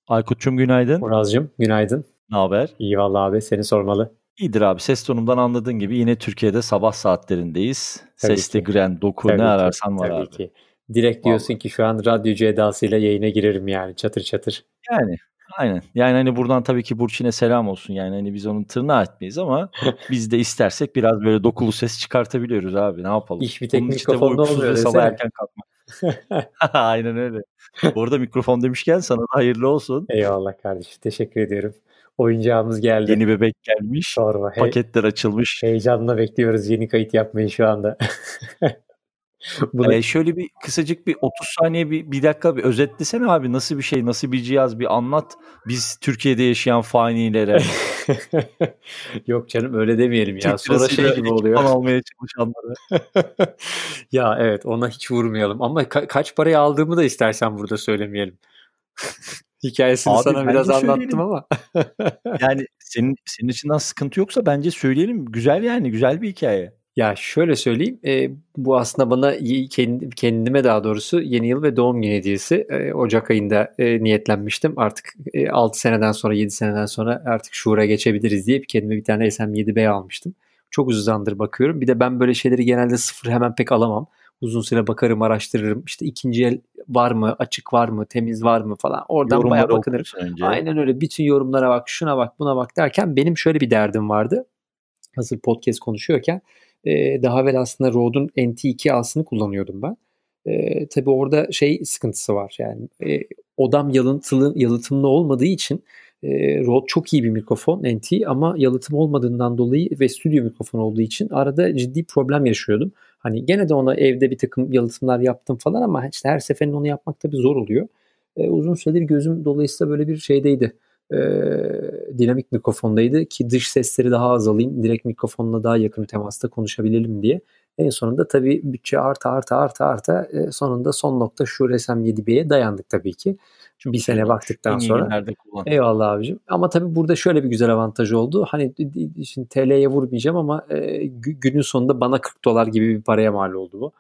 Aykut'cum günaydın. Murazcığım günaydın. Ne haber? İyi vallahi abi, seni sormalı. İyidir abi. Ses tonumdan anladığın gibi yine Türkiye'de sabah saatlerindeyiz. Tabii Seste ki. gren, doku ne Tabii ki. ararsan var Tabii abi. ki. Direkt diyorsun Vallahi. ki şu an radyocu edasıyla yayına girerim yani, çatır çatır. Yani aynen. Yani hani buradan tabii ki Burçin'e selam olsun. Yani hani biz onun tırnağı etmeyiz ama biz de istersek biraz böyle dokulu ses çıkartabiliyoruz abi. Ne yapalım? İş bir tek Bunun için de bu mikrofonda uykusuz olmuyor ve sabah desene. erken kalkmak. Aynen öyle. Bu arada mikrofon demişken sana da hayırlı olsun. Eyvallah kardeşim, teşekkür ediyorum. Oyuncağımız geldi. Yeni bebek gelmiş. Sorma. Paketler açılmış. Heyecanla bekliyoruz yeni kayıt yapmayı şu anda. Bunu Şöyle bir kısacık bir 30 saniye bir dakika bir özetlesene abi, nasıl bir şey, nasıl bir cihaz, bir anlat biz Türkiye'de yaşayan fanilere. Yok canım, öyle demeyelim ya. Türk Sonra lirasıyla şey gibi oluyor. ekipman almaya çalışanlara. Ya evet, ona hiç vurmayalım ama kaç paraya aldığımı da istersen burada söylemeyelim. Hikayesini Abi sana biraz bence anlattım söyleyelim. ama. Yani senin açından sıkıntı yoksa bence söyleyelim. Güzel yani, güzel bir hikaye. Ya şöyle söyleyeyim, bu aslında bana kendime daha doğrusu yeni yıl ve doğum günü hediyesi. Ocak ayında niyetlenmiştim. Artık 6 seneden sonra, 7 seneden sonra artık şuura geçebiliriz diye kendime bir tane SM7B almıştım. Çok uzun zamandır bakıyorum. Bir de ben böyle şeyleri genelde sıfır hemen pek alamam. Uzun süre bakarım, araştırırım. İşte ikinci el var mı, açık var mı, temiz var mı falan. Oradan bayağı Yorumları bakınırım. okursun önce. Aynen öyle. Bütün yorumlara bak, şuna bak, buna bak derken benim şöyle bir derdim vardı. Hazır podcast konuşuyorken daha evvel aslında Rode'un NT2A'sını kullanıyordum ben. Tabii orada şey sıkıntısı var yani, odam yalıtımlı olmadığı için Rode çok iyi bir mikrofon NT, ama yalıtım olmadığından dolayı ve stüdyo mikrofon olduğu için arada ciddi problem yaşıyordum. Hani gene de ona evde bir takım yalıtımlar yaptım falan ama işte her seferinde onu yapmak tabii zor oluyor. Uzun süredir gözüm dolayısıyla böyle bir şeydeydi. Dinamik mikrofondaydı ki dış sesleri daha az alayım, direkt mikrofonla daha yakın temasta konuşabilelim diye. En sonunda tabii bütçe arta sonunda son nokta şu SM7B'ye dayandık tabii ki. Çok Bir güzel sene olmuş. baktıktan En iyi sonra. günlerde kullan. Eyvallah abicim. Ama tabii burada şöyle bir güzel avantajı oldu. Hani şimdi TL'ye vurmayacağım ama günün sonunda bana $40 gibi bir paraya mal oldu bu.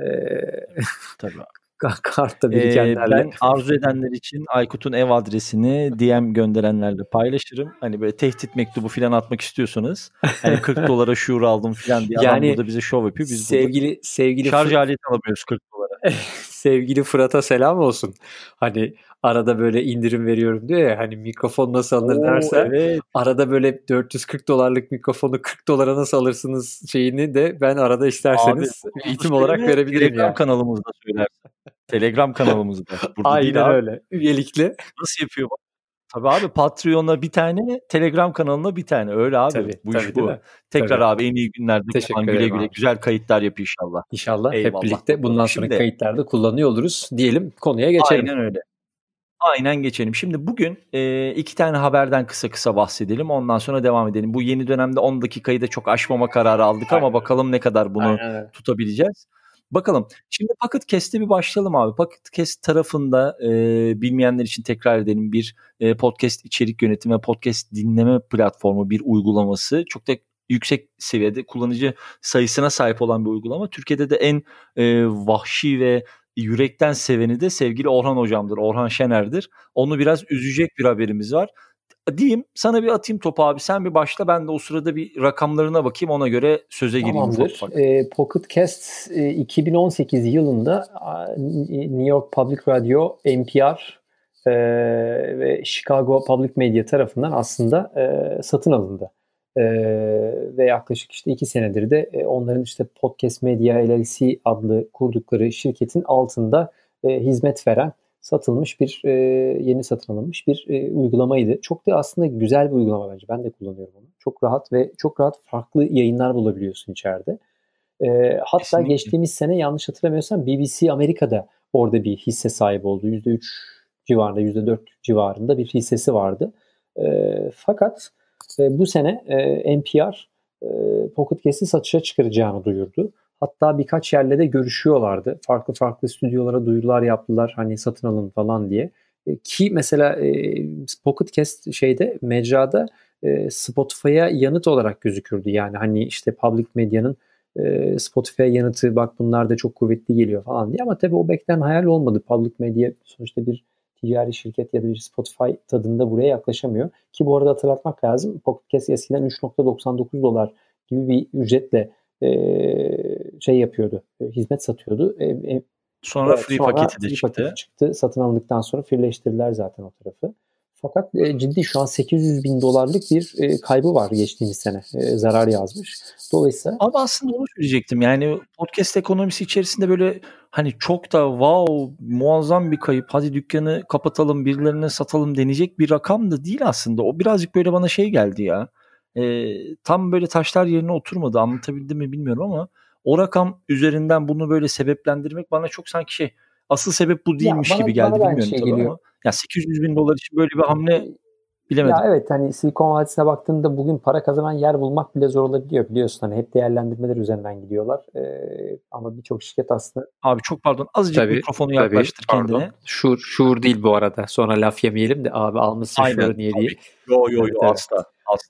Tabii. Kartta birikenlerle. Ben arzu edenler için Aykut'un ev adresini DM gönderenlerle paylaşırım. Hani böyle tehdit mektubu falan atmak istiyorsanız, hani $40 şuur aldım falan diye adam Yani burada bize şov yapıyor. Biz sevgili şarj aleti alamıyoruz $40. sevgili Fırat'a selam olsun. Hani arada böyle indirim veriyorum diyor ya, hani mikrofon nasıl alınır derse, Evet. arada böyle $440'lık mikrofonu $40 nasıl alırsınız şeyini de ben arada isterseniz Abi eğitim olarak verebilirim Telegram yani. kanalımızda söylersin. Telegram kanalımızda. Burada değil Aynen abi. öyle. Üyelikle. Nasıl yapıyor bak. Tabii abi, Patreon'a bir tane, Telegram kanalına bir tane. Öyle abi. Tabii, Bu tabii iş değil bu. mi? Tekrar Tabii. abi en iyi günlerde kullan, Teşekkür güle ederim güle. abi. Güzel kayıtlar yap inşallah. İnşallah hep Eyvallah birlikte bakalım. bundan sonraki Şimdi kayıtlarda kullanıyor oluruz diyelim, konuya geçelim. aynen öyle. Aynen geçelim. Şimdi bugün 2 tane haberden kısa kısa bahsedelim. Ondan sonra devam edelim. Bu yeni dönemde 10 dakikayı da çok aşmama kararı aldık ama Aynen. bakalım ne kadar bunu Aynen öyle. tutabileceğiz. Bakalım. Şimdi Pocket Cast'e bir başlayalım abi. Pocket Cast tarafında bilmeyenler için tekrar edelim, bir podcast içerik yönetimi ve podcast dinleme platformu, bir uygulaması. Çok da yüksek seviyede kullanıcı sayısına sahip olan bir uygulama. Türkiye'de de en vahşi ve yürekten seveni de sevgili Orhan hocamdır. Orhan Şener'dir. Onu biraz üzecek bir haberimiz var. Diyeyim sana, bir atayım topu abi. Sen bir başla, ben de o sırada bir rakamlarına bakayım. Ona göre söze gireyim ufak Tamamdır. ufak. Pocket Cast 2018 yılında New York Public Radio, NPR ve Chicago Public Media tarafından aslında satın alındı. Ve yaklaşık işte 2 senedir de onların işte Podcast Media LLC adlı kurdukları şirketin altında hizmet veren, satılmış bir yeni satın alınmış bir uygulamaydı. Çok da aslında güzel bir uygulama bence. Ben de kullanıyorum onu. Çok rahat ve çok rahat farklı yayınlar bulabiliyorsun içeride. Hatta Kesinlikle. geçtiğimiz sene yanlış hatırlamıyorsam BBC Amerika'da orada bir hisse sahibi oldu. %3 civarında, %4 civarında bir hissesi vardı. Fakat bu sene NPR Pocket Cast'i satışa çıkaracağını duyurdu. Hatta birkaç yerle de görüşüyorlardı. Farklı farklı stüdyolara duyurular yaptılar, hani satın alın falan diye. Ki mesela Pocket Cast mecrada Spotify'a yanıt olarak gözükürdü. Yani hani işte Public Media'nın Spotify'a yanıtı, bak bunlar da çok kuvvetli geliyor falan diye. Ama tabii o beklenen hayal olmadı. Public Media sonuçta bir ticari şirket ya da bir Spotify tadında buraya yaklaşamıyor. Ki bu arada hatırlatmak lazım. Podcast eskiden $3.99 gibi bir ücretle şey yapıyordu. Hizmet satıyordu. Sonra free sonra paketi de free çıktı. paketi çıktı. Satın alındıktan sonra freeleştirdiler zaten o tarafı. Fakat ciddi şu an $800.000 bir kaybı var geçtiğimiz sene. Zarar yazmış. Dolayısıyla Ama aslında onu söyleyecektim. Yani podcast ekonomisi içerisinde böyle hani çok da wow muazzam bir kayıp. Hadi dükkanı kapatalım, birilerine satalım denecek bir rakam da değil aslında. O birazcık böyle bana şey geldi ya. Tam böyle taşlar yerine oturmadı. Anlatabildim mi bilmiyorum ama o rakam üzerinden bunu böyle sebeplendirmek bana çok sanki şey asıl sebep bu değilmiş gibi geldi. bana da aynı Bilmiyorum şey tabii geliyor. ama ya $800.000 için böyle bir hamle bilemedim. Ya evet hani Silikon Vadisi'ne baktığında bugün para kazanan yer bulmak bile zor olabiliyor biliyorsun. Hani hep değerlendirmeler üzerinden gidiyorlar. Ama birçok şirket aslında Abi çok pardon. Azıcık mikrofonu yaklaştır kendine. Şuur değil bu arada. Sonra laf yemeyelim de abi almışsın Aynen, şuuru niye diye. Yo Evet. asla.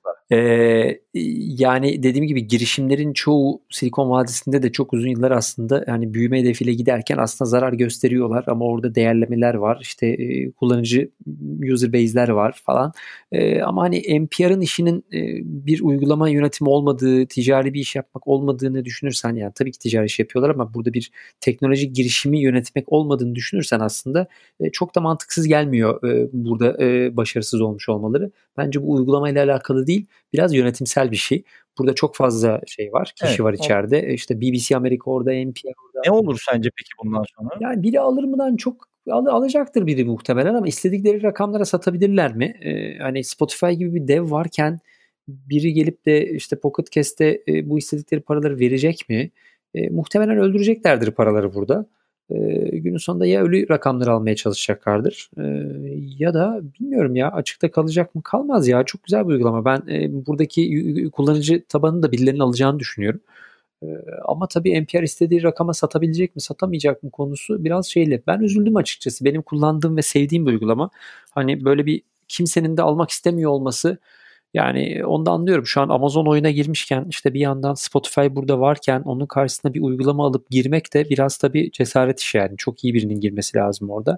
Yani dediğim gibi girişimlerin çoğu Silikon Vadisi'nde de çok uzun yıllar aslında yani büyüme hedefiyle giderken aslında zarar gösteriyorlar ama orada değerlemeler var. İşte kullanıcı user base'ler var falan. Ama hani NPR'ın işinin bir uygulama yönetimi olmadığı, ticari bir iş yapmak olmadığını düşünürsen yani tabii ki ticari iş yapıyorlar ama burada bir teknolojik girişimi yönetmek olmadığını düşünürsen aslında çok da mantıksız gelmiyor burada başarısız olmuş olmaları. Bence bu uygulamayla alakalı değil, biraz yönetimsel bir şey. Burada çok fazla şey var, kişi var içeride. İşte BBC Amerika orada, NPR orada. Ne olur sence peki bundan sonra? Yani biri alır mıdan çok alacaktır biri muhtemelen ama istedikleri rakamlara satabilirler mi? Hani Spotify gibi bir dev varken biri gelip de işte Pocket Cast'e bu istedikleri paraları verecek mi? Muhtemelen öldüreceklerdir paraları burada. Günün sonunda ya ölü rakamları almaya çalışacaklardır ya da bilmiyorum ya açıkta kalacak mı? Kalmaz ya. Çok güzel bir uygulama. Ben buradaki kullanıcı tabanını da birilerinin alacağını düşünüyorum. Ama tabii NPR istediği rakama satabilecek mi, satamayacak mı konusu biraz şeyli. Ben üzüldüm açıkçası. Benim kullandığım ve sevdiğim bir uygulama. Hani böyle bir kimsenin de almak istemiyor olması yani onu da anlıyorum. Şu an Amazon oyuna girmişken işte bir yandan Spotify burada varken onun karşısına bir uygulama alıp girmek de biraz tabii cesaret işi yani. Çok iyi birinin girmesi lazım orada.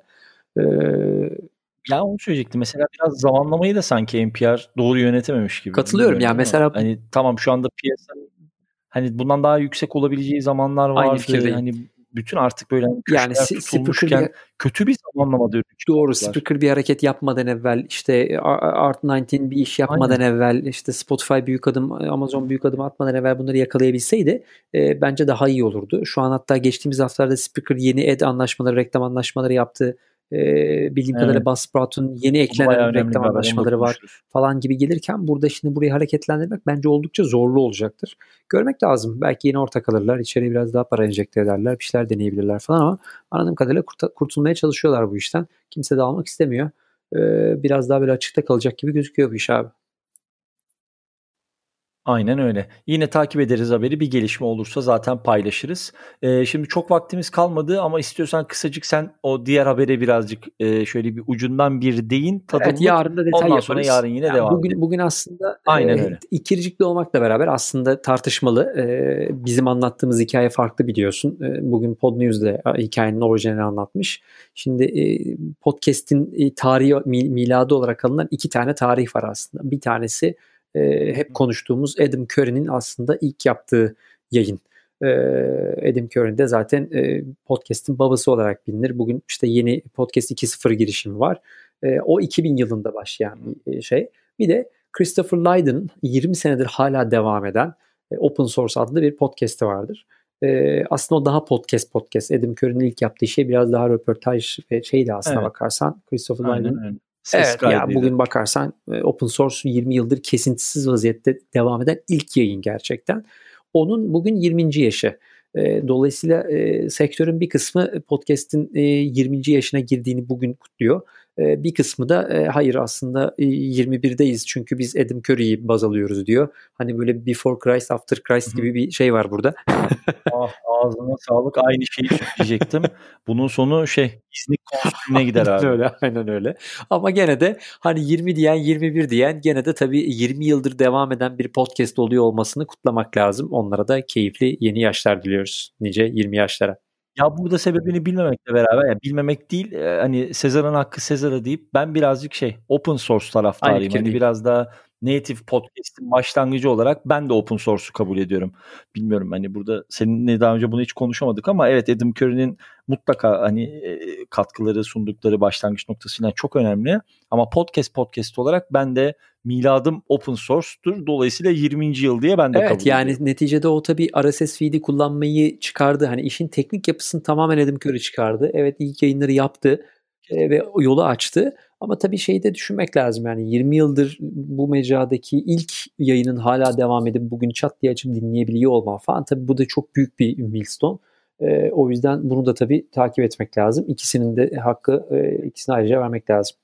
Ya onu söyleyecektim. Mesela biraz zamanlamayı da sanki NPR doğru yönetememiş gibi. Katılıyorum ya mesela hani tamam şu anda piyasa hani bundan daha yüksek olabileceği zamanlar aynı vardı. fikirdeyim. Hani bütün artık böyle Yani köşeler tutulmuşken kötü bir zamanlamada doğru Spreaker bir hareket yapmadan evvel işte Art19 bir iş yapmadan evvel işte Spotify büyük adım Amazon büyük adım atmadan evvel bunları yakalayabilseydi bence daha iyi olurdu. Şu an hatta geçtiğimiz haftalarda Spreaker yeni ad anlaşmaları reklam anlaşmaları yaptı. Bildiğim kadarıyla Buzzsprout'un yeni eklenen reklam anlaşmaları var falan gibi gelirken burada şimdi burayı hareketlendirmek bence oldukça zorlu olacaktır. Görmek lazım. Belki yeni ortak alırlar. İçeriye biraz daha para enjekte ederler. Bir şeyler deneyebilirler falan ama anladığım kadarıyla kurtulmaya çalışıyorlar bu işten. Kimse de almak istemiyor. Biraz daha böyle açıkta kalacak gibi gözüküyor bu iş abi. Aynen öyle. Yine takip ederiz haberi. Bir gelişme olursa zaten paylaşırız. Şimdi çok vaktimiz kalmadı ama istiyorsan kısacık sen o diğer habere birazcık şöyle bir ucundan bir değin. Evet, yarın da detay ondan yaparız. sonra yarın yine devam edelim. Bugün aslında Aynen öyle. ikircikli olmakla beraber aslında tartışmalı. Bizim anlattığımız hikaye farklı biliyorsun. Bugün Podnews'de hikayenin orijinalini anlatmış. Şimdi podcast'in tarihi miladı olarak alınan 2 tane tarih var aslında. Bir tanesi hep konuştuğumuz Adam Curry'nin aslında ilk yaptığı yayın. Adam Curry de zaten podcast'in babası olarak bilinir. Bugün işte yeni Podcast 2.0 girişimi var. O 2000 yılında başlayan bir şey. Bir de Christopher Lydon'ın 20 senedir hala devam eden Open Source adlı bir podcast'i vardır. Aslında o daha podcast. Adam Curry'nin ilk yaptığı şey biraz daha röportaj ve şeydi aslına bakarsan. Christopher Lydon. Evet ya bugün bakarsan Open Source 20 yıldır kesintisiz vaziyette devam eden ilk yayın gerçekten. Onun bugün 20. yaşı. Dolayısıyla sektörün bir kısmı podcast'in 20. yaşına girdiğini bugün kutluyor. Bir kısmı da hayır aslında 21'deyiz çünkü biz Adam Curry'yi baz alıyoruz diyor. Hani böyle before Christ after Christ gibi bir şey var burada. Ağzına sağlık. Aynı şeyi söyleyecektim. Bunun sonu İznik konsülüne gider abi. Aynen öyle. Ama gene de hani 20 diyen 21 diyen gene de tabii 20 yıldır devam eden bir podcast oluyor olmasını kutlamak lazım. Onlara da keyifli yeni yaşlar diliyoruz. Nice 20 yaşlara. Ya, burada sebebini bilmemekle beraber, ya bilmemek değil, hani Sezar'ın hakkı Sezar'a deyip ben birazcık open source Aynı taraftarıyım. Hani fikirdeyim. biraz daha native podcast'in başlangıcı olarak ben de open source'u kabul ediyorum. Bilmiyorum, hani burada seninle daha önce bunu hiç konuşamadık ama evet, Adam Curry'nin mutlaka hani katkıları, sundukları başlangıç noktasıyla çok önemli. Ama podcast olarak ben de miladım open source'tur. Dolayısıyla 20. yıl diye ben de Evet, kabul yani ediyorum. neticede o tabii RSS feed'i kullanmayı çıkardı. Hani işin teknik yapısını tamamen Adam Curry çıkardı. Evet, ilk yayınları yaptı ve o yolu açtı. Ama tabii şeyi de düşünmek lazım, yani 20 yıldır bu mecradaki ilk yayının hala devam edip bugün çat diye açıp dinleyebiliyor olman falan, tabii bu da çok büyük bir milestone. O yüzden bunu da tabii takip etmek lazım. İkisinin de hakkı, ikisine ayrıca vermek lazım.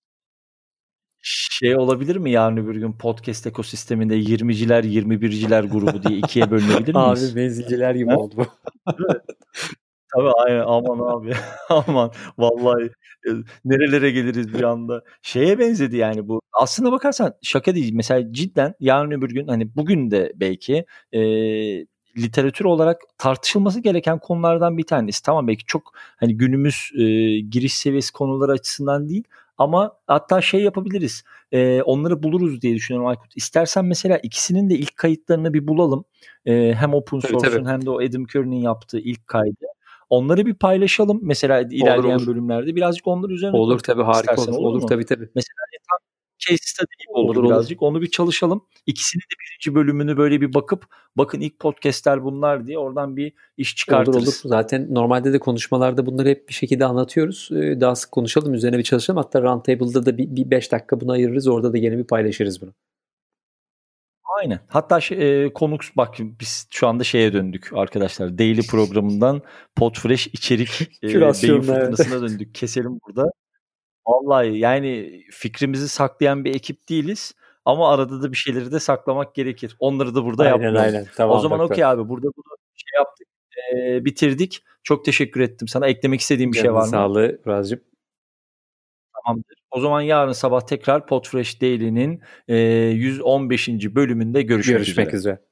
Olabilir mi yarın öbür gün podcast ekosisteminde 20'ciler 21'ciler grubu diye ikiye bölünebilir Abi miyiz? menzilciler gibi He? oldu bu. Değil mi? Tabii, aynen. Aman abi. Aman. Vallahi nerelere geliriz bir anda. Benzedi yani bu. Aslına bakarsan şaka değil. Mesela cidden yarın öbür gün, hani bugün de belki literatür olarak tartışılması gereken konulardan bir tanesi. Tamam, belki çok hani günümüz giriş seviyesi konuları açısından değil ama hatta yapabiliriz. Onları buluruz diye düşünüyorum Aykut. İstersen mesela ikisinin de ilk kayıtlarını bir bulalım. Hem open Tabii, tabii. source'un hem de o Adam Curry'nin yaptığı ilk kaydı. Onları bir paylaşalım mesela Olur, ilerleyen olur. bölümlerde. Birazcık onlar üzerine Olur konuşalım tabii, harika istersen, olur. olur Olur mu? tabii, tabii. Mesela tam case study gibi Olur, oldu olur. birazcık. Onu bir çalışalım. İkisinin de birinci bölümünü böyle bir bakıp bakın ilk podcast'ler bunlar diye oradan bir iş Olur, olur. çıkartırız. Zaten normalde de konuşmalarda bunları hep bir şekilde anlatıyoruz. Daha sık konuşalım, üzerine bir çalışalım. Hatta Roundtable'da da bir 5 dakika buna ayırırız. Orada da gene bir paylaşırız bunu. Aynen. Hatta konuk bak biz şu anda döndük arkadaşlar. Daily programından Podfresh içerik beyin Kürasyonla, evet. fırtınasına döndük. Keselim burada. Vallahi yani fikrimizi saklayan bir ekip değiliz ama arada da bir şeyleri de saklamak gerekir. Onları da burada Aynen, yapmayalım. aynen. O Tamam zaman doktor. okey abi, burada bunu yaptık. Bitirdik. Çok teşekkür ettim sana. Eklemek istediğin bir şey Canının var mı? sağlığı Burazcığım. Tamamdır. O zaman yarın sabah tekrar Podfresh Daily'nin 115. bölümünde görüşmek Görüşmek üzere. üzere.